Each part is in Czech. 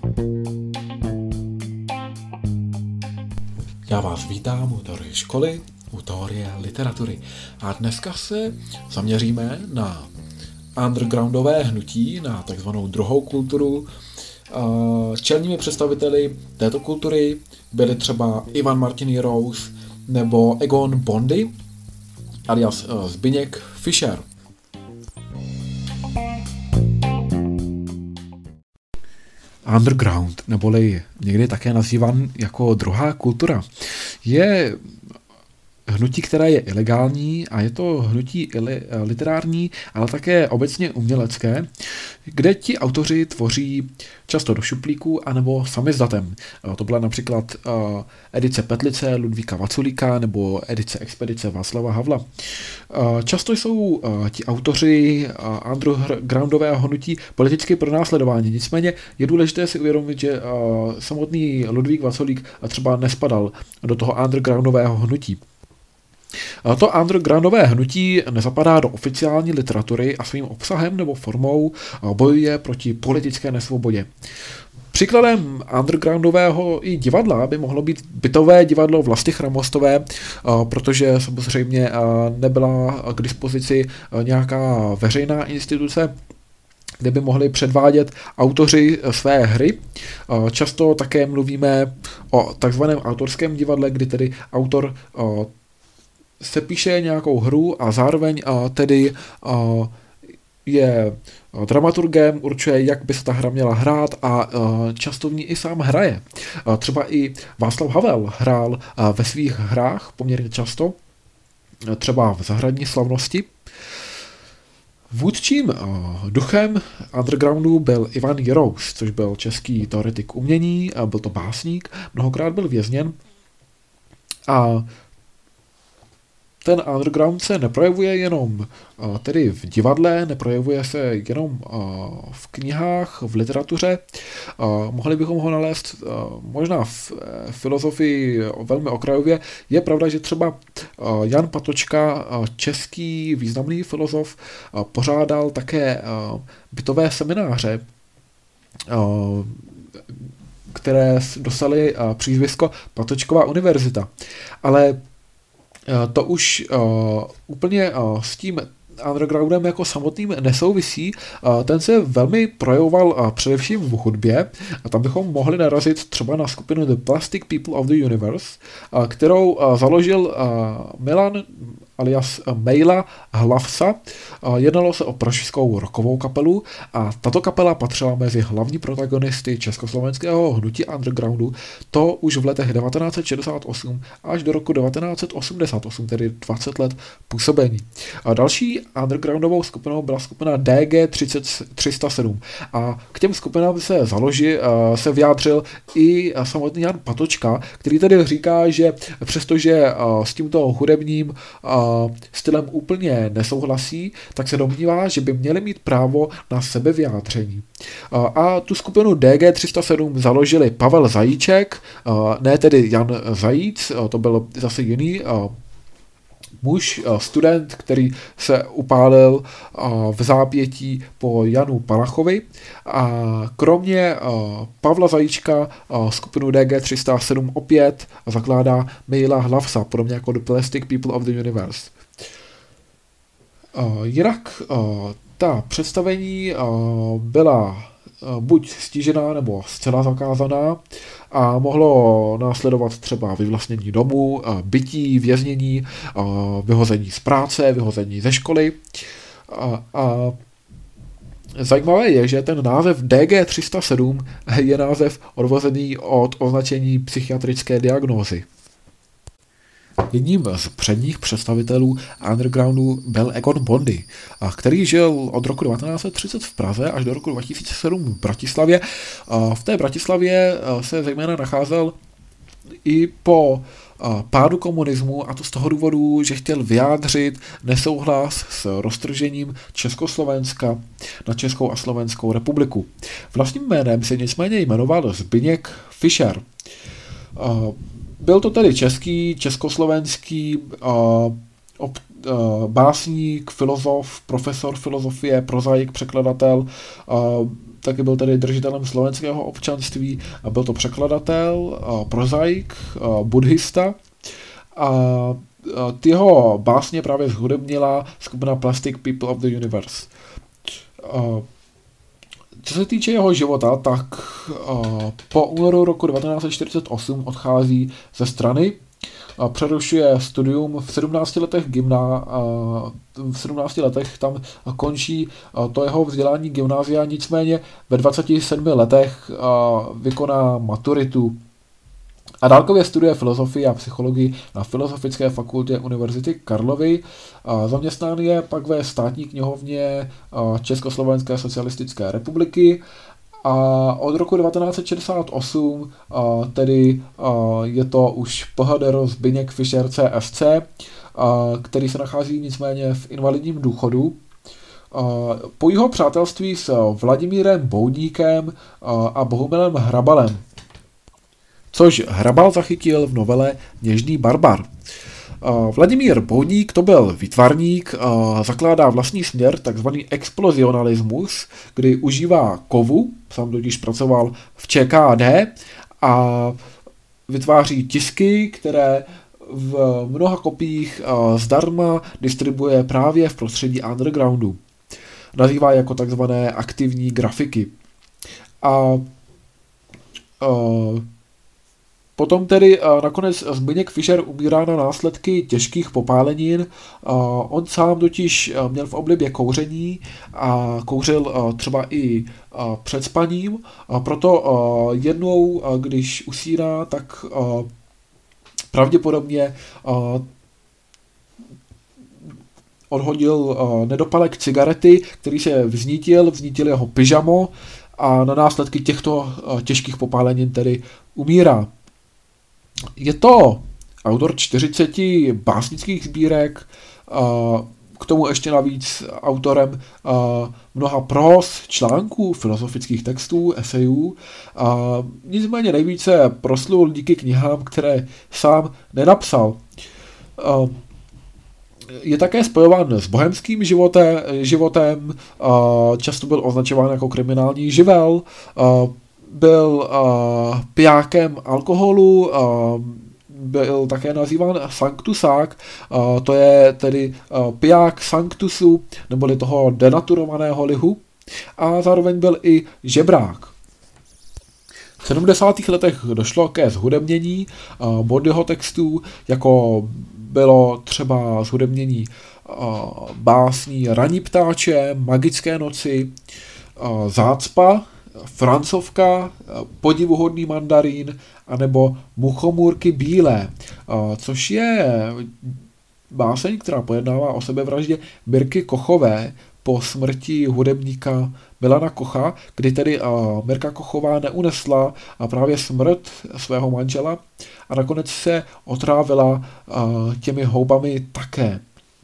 Já vás vítám u teorie školy, u teorie literatury. A dneska se zaměříme na undergroundové hnutí, na takzvanou druhou kulturu. Čelními představiteli této kultury byli třeba Ivan Martin Jirous nebo Egon Bondy, alias Zbyněk Fischer. Underground, neboli někdy také nazývan jako druhá kultura, je hnutí, které je ilegální a je to hnutí literární, ale také obecně umělecké, kde ti autoři tvoří často do šuplíků anebo samizdatem. To byla například edice Petlice Ludvíka Vaculíka nebo edice Expedice Václava Havla. Často jsou ti autoři undergroundového hnutí politicky pronásledováni, nicméně je důležité si uvědomit, že samotný Ludvík Vaculík třeba nespadal do toho undergroundového hnutí. To undergroundové hnutí nezapadá do oficiální literatury a svým obsahem nebo formou bojuje proti politické nesvobodě. Příkladem undergroundového i divadla by mohlo být bytové divadlo Vlasty Chramostové, protože samozřejmě nebyla k dispozici nějaká veřejná instituce, kde by mohli předvádět autoři své hry. Často také mluvíme o takzvaném autorském divadle, kdy tedy autor se píše nějakou hru a zároveň tedy je dramaturgem, určuje, jak by se ta hra měla hrát a často v ní i sám hraje. Třeba i Václav Havel hrál ve svých hrách poměrně často, třeba v Zahradní slavnosti. Vůdčím duchem undergroundu byl Ivan Jirous, což byl český teoretik umění, byl to básník, mnohokrát byl vězněn a ten underground se neprojevuje jenom tedy v divadle, neprojevuje se jenom v knihách, v literatuře. Mohli bychom ho nalézt možná v filozofii velmi okrajově. Je pravda, že třeba Jan Patočka, český významný filozof, pořádal také bytové semináře, které dostaly přízvisko Patočkova univerzita. Ale to už úplně s tím undergroundem jako samotným nesouvisí. Ten se velmi projevoval především v hudbě a tam bychom mohli narazit třeba na skupinu The Plastic People of the Universe, kterou založil Milan alias Mejla Hlavsa. Jednalo se o pražskou rockovou kapelu a tato kapela patřila mezi hlavní protagonisty československého hnutí undergroundu, to už v letech 1968 až do roku 1988, tedy 20 let působení. Další undergroundovou skupinou byla skupina DG307 a k těm skupinám se vyjádřil i samotný Jan Patočka, který tedy říká, že přestože s tímto hudebním stylem úplně nesouhlasí, tak se domnívá, že by měli mít právo na sebevyjádření. A tu skupinu DG307 založili Pavel Zajíček, ne tedy Jan Zajíc, to byl zase jiný muž, student, který se upálil v zápětí po Janu Palachovi. A kromě Pavla Zajíčka skupinu DG307 opět zakládá Mejla Hlavsa, podobně jako The Plastic People of the Universe. Jinak ta představení byla buď stížená nebo zcela zakázaná a mohlo následovat třeba vyvlastnění domu, bytí, věznění, vyhození z práce, vyhození ze školy. A zajímavé je, že ten název DG307 je název odvozený od označení psychiatrické diagnózy. Jedním z předních představitelů undergroundu byl Egon Bondy, který žil od roku 1930 v Praze až do roku 2007 v Bratislavě. V té Bratislavě se zejména nacházel i po pádu komunismu, a to z toho důvodu, že chtěl vyjádřit nesouhlas s roztržením Československa na Českou a Slovenskou republiku. Vlastním jménem se nicméně jmenoval Zbyněk Fischer. Byl to tedy československý básník, filozof, profesor filozofie, prozaik, překladatel, taky byl tedy držitelem slovenského občanství, byl to překladatel, prozaik, buddhista a ty jeho básně právě zhudebnila skupina Plastic People of the Universe. Co se týče jeho života, tak po únoru roku 1948 odchází ze strany, přerušuje studium v 17 letech v 17 letech tam končí to jeho vzdělání gymnázia, nicméně ve 27 letech vykoná maturitu. A dálkově studuje filozofii a psychologii na Filozofické fakultě Univerzity Karlovy. Zaměstnán je pak ve státní knihovně Československé socialistické republiky a od roku 1968 tedy je to už PHDR Zbyněk Fischer CSC, který se nachází nicméně v invalidním důchodu. Po jeho přátelství s Vladimírem Boudníkem a Bohumilem Hrabalem, což Hrabal zachytil v novele Něžný barbar. Vladimír Boudník to byl výtvarník, zakládá vlastní směr, takzvaný explozionalismus, kdy užívá kovu, sám totiž pracoval v ČKD a vytváří tisky, které v mnoha kopiích zdarma distribuje právě v prostředí undergroundu. Nazývá jako takzvané aktivní grafiky. Potom tedy nakonec Zbyněk Fischer umírá na následky těžkých popálenin. On sám totiž měl v oblibě kouření a kouřil třeba i před spaním. Proto jednou, když usíná, tak pravděpodobně odhodil nedopalek cigarety, který se vznítil jeho pyžamo a na následky těchto těžkých popálenin tedy umírá. Je to autor 40 básnických sbírek, k tomu ještě navíc autorem mnoha próz, článků, filozofických textů, esejů. Nicméně nejvíce proslul díky knihám, které sám nenapsal. Je také spojován s bohemským životem, často byl označován jako kriminální živel, byl pijákem alkoholu, byl také nazýván sanctusák, to je tedy piják sanctusu, neboli toho denaturovaného lihu, a zároveň byl i žebrák. V 70. letech došlo ke zhudebnění Bondyho textů, jako bylo třeba zhudebnění básní Ranní ptáče, Magické noci, Zácpa, Francovka, Podivuhodný mandarín, anebo Muchomůrky bílé, což je báseň, která pojednává o sebevraždě Mirky Kochové po smrti hudebníka Milana Kocha, kdy tedy Mirka Kochová neunesla právě smrt svého manžela a nakonec se otrávila těmi houbami také.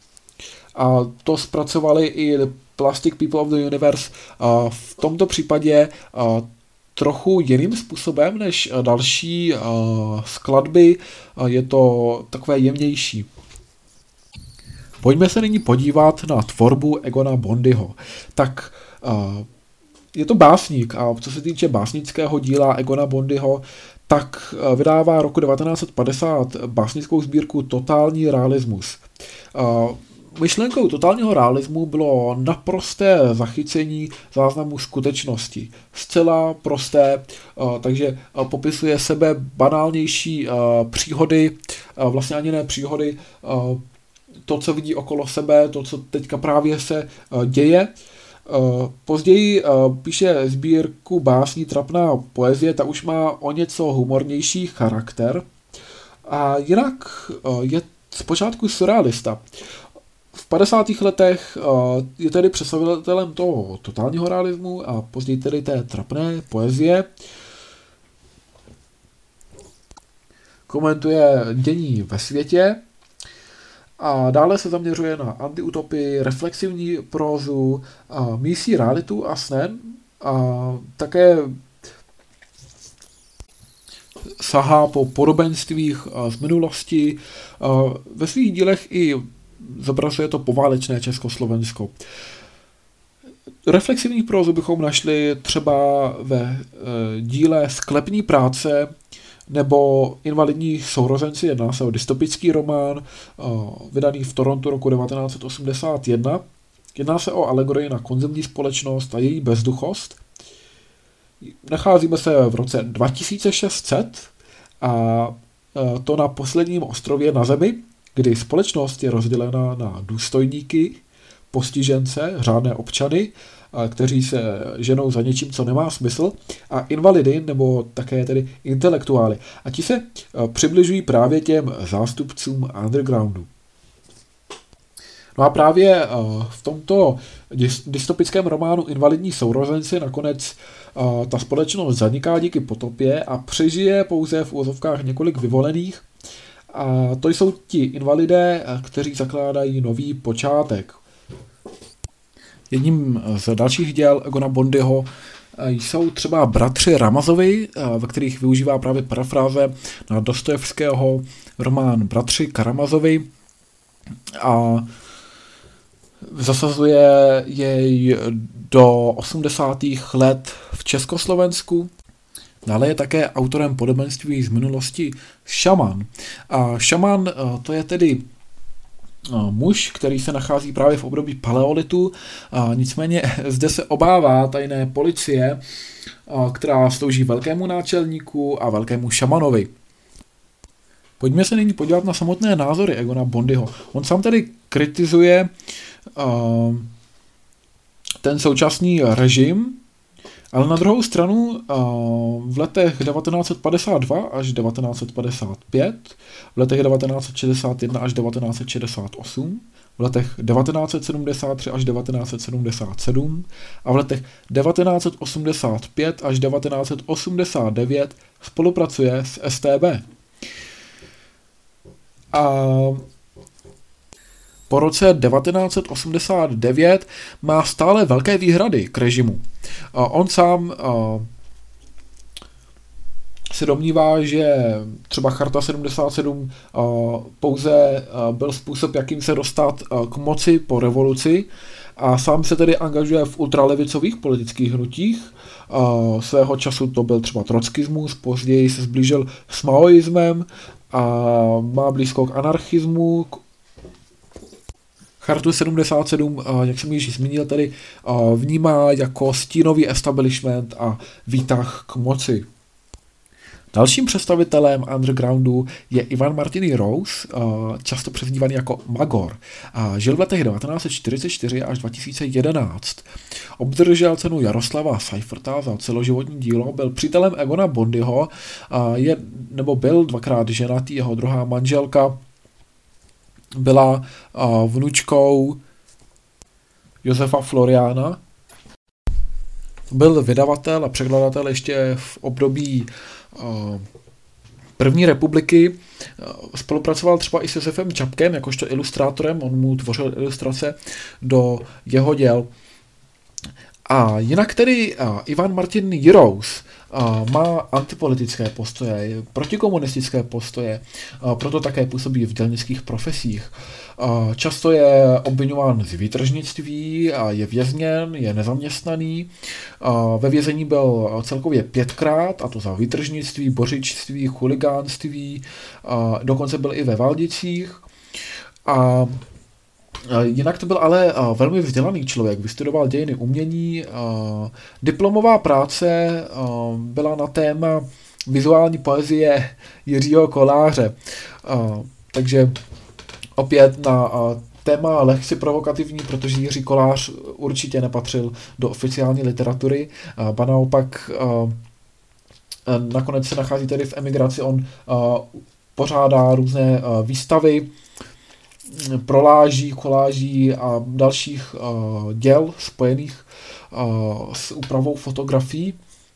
A to zpracovali i Plastic People of the Universe v tomto případě trochu jiným způsobem než další skladby, je to takové jemnější. Pojďme se nyní podívat na tvorbu Egona Bondyho. Tak je to básník a co se týče básnického díla Egona Bondyho, tak vydává roku 1950 básnickou sbírku Totální realismus. Myšlenkou totálního realismu bylo naprosté zachycení záznamů skutečnosti. Zcela prosté, takže popisuje sebe banálnější příhody, vlastně ani ne příhody, to, co vidí okolo sebe, to, co teďka právě se děje. Později píše sbírku básní Trapná poezie, ta už má o něco humornější charakter. A jinak je zpočátku surrealista. V 50. letech je tedy představitelem toho totálního realismu a později tedy té trapné poezie. Komentuje dění ve světě a dále se zaměřuje na antiutopii, reflexivní prózu, mísí realitu a snem a také sahá po podobenstvích z minulosti. Ve svých dílech i zobrazuje to poválečné Československo. Reflexivní prózu bychom našli třeba ve díle Sklepní práce nebo Invalidní sourozenci, jedná se o dystopický román, vydaný v Torontu roku 1981. Jedná se o alegorii na konzumní společnost a její bezduchost. Nacházíme se v roce 2600 a to na posledním ostrově na Zemi, kdy společnost je rozdělena na důstojníky, postižence, řádné občany, kteří se ženou za něčím, co nemá smysl, a invalidy, nebo také tedy intelektuály. A ti se přibližují právě těm zástupcům undergroundu. No a právě v tomto dystopickém románu Invalidní sourozenci nakonec ta společnost zaniká díky potopě a přežije pouze v úvozovkách několik vyvolených. A to jsou ti invalidé, kteří zakládají nový počátek. Jedním z dalších děl Egona Bondyho jsou třeba Bratři Ramazovi, ve kterých využívá právě parafráze na Dostojevského román Bratři Karamazovi a zasazuje jej do 80. let v Československu. Dále je také autorem podobenství z minulosti Šaman. A šaman to je tedy muž, který se nachází právě v období paleolitu, nicméně zde se obává tajné policie, která slouží velkému náčelníku a velkému šamanovi. Pojďme se nyní podívat na samotné názory Egona Bondyho. On sám tedy kritizuje ten současný režim, ale na druhou stranu v letech 1952 až 1955, v letech 1961 až 1968, v letech 1973 až 1977 a v letech 1985 až 1989 spolupracuje s StB. A po roce 1989 má stále velké výhrady k režimu. On sám se domnívá, že třeba Charta 77 pouze byl způsob, jakým se dostat k moci po revoluci, a sám se tedy angažuje v ultralevicových politických hnutích. Svého času to byl třeba trockismus, později se zblížil s maoismem a má blízko k anarchismu. Chartu 77, jak jsem již zmínil, tedy vnímá jako stínový establishment a výtah k moci. Dalším představitelem undergroundu je Ivan Martin Jirous, často přezdívaný jako Magor. Žil v letech 1944 až 2011. Obdržel cenu Jaroslava Seiferta za celoživotní dílo, byl přítelem Egona Bondyho, byl dvakrát ženatý, jeho druhá manželka byla vnučkou Josefa Floriana. Byl vydavatel a překladatel ještě v období první republiky. Spolupracoval třeba i s Josefem Čapkem jakožto ilustrátorem, on mu tvořil ilustrace do jeho děl. A jinak tedy Ivan Martin Jirous má antipolitické postoje, protikomunistické postoje, proto také působí v dělnických profesích. Často je obviňován z výtržnictví, je vězněn, je nezaměstnaný. Ve vězení byl celkově 5krát, a to za výtržnictví, bořičství, chuligánství, dokonce byl i ve Valdicích. Jinak to byl ale velmi vzdělaný člověk, vystudoval dějiny umění, diplomová práce byla na téma vizuální poezie Jiřího Koláře, takže opět na téma lehce provokativní, protože Jiří Kolář určitě nepatřil do oficiální literatury, ba naopak nakonec se nachází tedy v emigraci, on pořádá různé výstavy, koláží a dalších děl spojených s úpravou fotografií.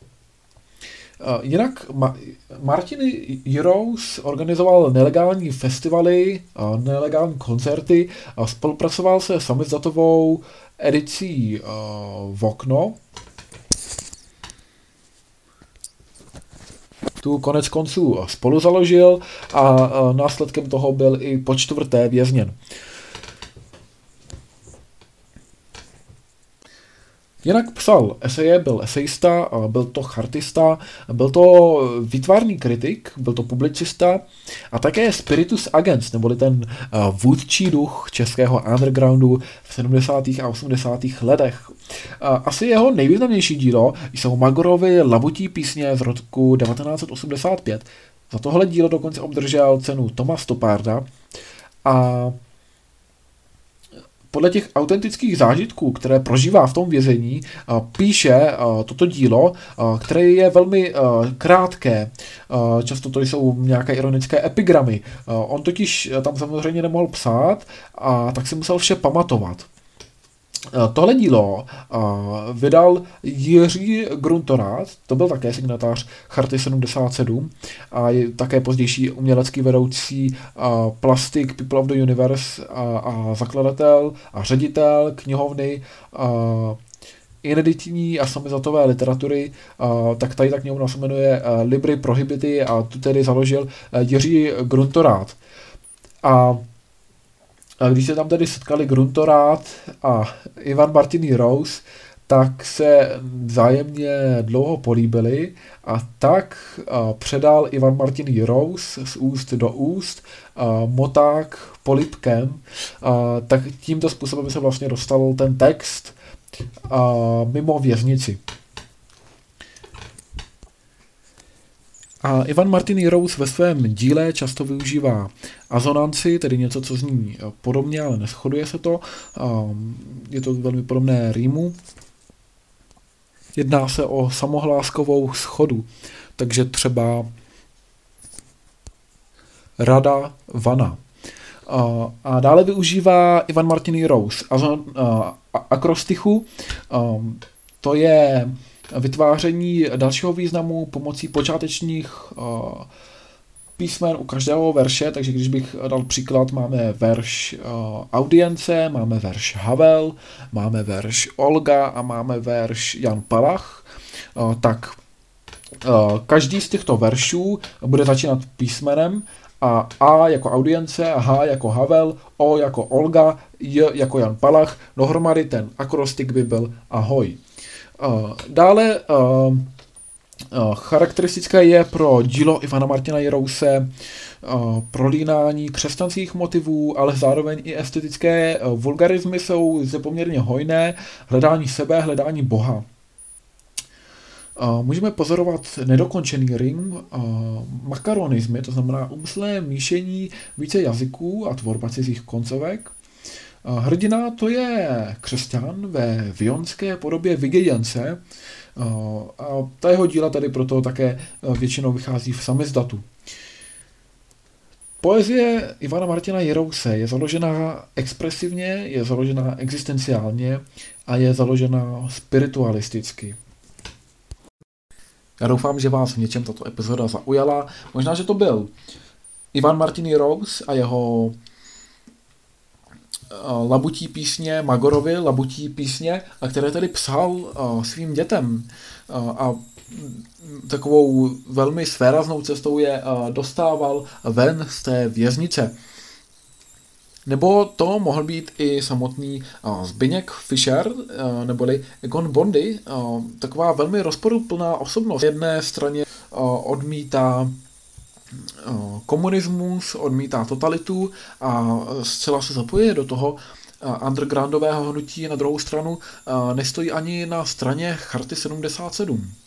Jinak Martin Jirous organizoval nelegální festivaly, nelegální koncerty a spolupracoval se samizdatovou edicí Vokno. Tu konec konců spolu založil a následkem toho byl i po 4. vězněn. Jinak psal eseje, byl esejista, byl to chartista, byl to výtvarný kritik, byl to publicista a také spiritus agens, neboli ten vůdčí duch českého undergroundu v 70. a 80. letech. Asi jeho nejvýznamnější dílo jsou Magorovy labutí písně z roku 1985. Za tohle dílo dokonce obdržel cenu Toma Stopparda a podle těch autentických zážitků, které prožívá v tom vězení, píše toto dílo, které je velmi krátké. Často to jsou nějaké ironické epigramy. On totiž tam samozřejmě nemohl psát, a tak si musel vše pamatovat. Tohle dílo vydal Jiří Gruntorát, to byl také signatář Charty 77 a je také pozdější umělecký vedoucí plastik People of the Universe a zakladatel a ředitel knihovny ineditní a samizdatové literatury, tak tady ta knihovna se jmenuje Libri Prohibity a tu tedy založil Jiří Gruntorát. A když se tam tedy setkali Gruntorát a Ivan Martini Rose, tak se vzájemně dlouho políbili a tak předal Ivan Martini Rose z úst do úst moták polibkem, tak tímto způsobem se vlastně dostal ten text mimo věznici. A Ivan Martini Rose ve svém díle často využívá azonanci, tedy něco, co zní podobně, ale neshoduje se to. Je to velmi podobné rýmu. Jedná se o samohláskovou schodu, takže třeba rada vana. A dále využívá Ivan Martini Rose akrostichu. To je vytváření dalšího významu pomocí počátečních písmen u každého verše, takže když bych dal příklad, máme verš Audience, máme verš Havel, máme verš Olga a máme verš Jan Palach, tak každý z těchto veršů bude začínat písmenem A jako Audience, H jako Havel, O jako Olga, J jako Jan Palach, dohromady ten akrostik by byl Ahoj. Dále charakteristické je pro dílo Ivana Martina Rouse prolínání křesťanských motivů, ale zároveň i estetické vulgarizmy jsou zde poměrně hojné, hledání sebe, hledání Boha. Můžeme pozorovat nedokončený rým, makaronizmy, to znamená úmyslné míšení více jazyků a tvorba cizích koncovek. Hrdina to je křesťan ve vionské podobě Vigejence a ta jeho díla tady proto také většinou vychází v samizdatu. Poezie Ivana Martina Rouse je založena expresivně, je založena existenciálně a je založena spiritualisticky. Já doufám, že vás v něčem tato epizoda zaujala. Možná, že to byl Ivan Martini Rouse a jeho labutí písně, Magorovi labutí písně, a které tedy psal svým dětem. A takovou velmi svéraznou cestou je dostával ven z té věznice. Nebo to mohl být i samotný Zbyněk Fischer, neboli Egon Bondy, taková velmi rozporuplná osobnost. Na jedné straně odmítá komunismus, odmítá totalitu a zcela se zapojuje do toho undergroundového hnutí, na druhou stranu nestojí ani na straně Charty 77.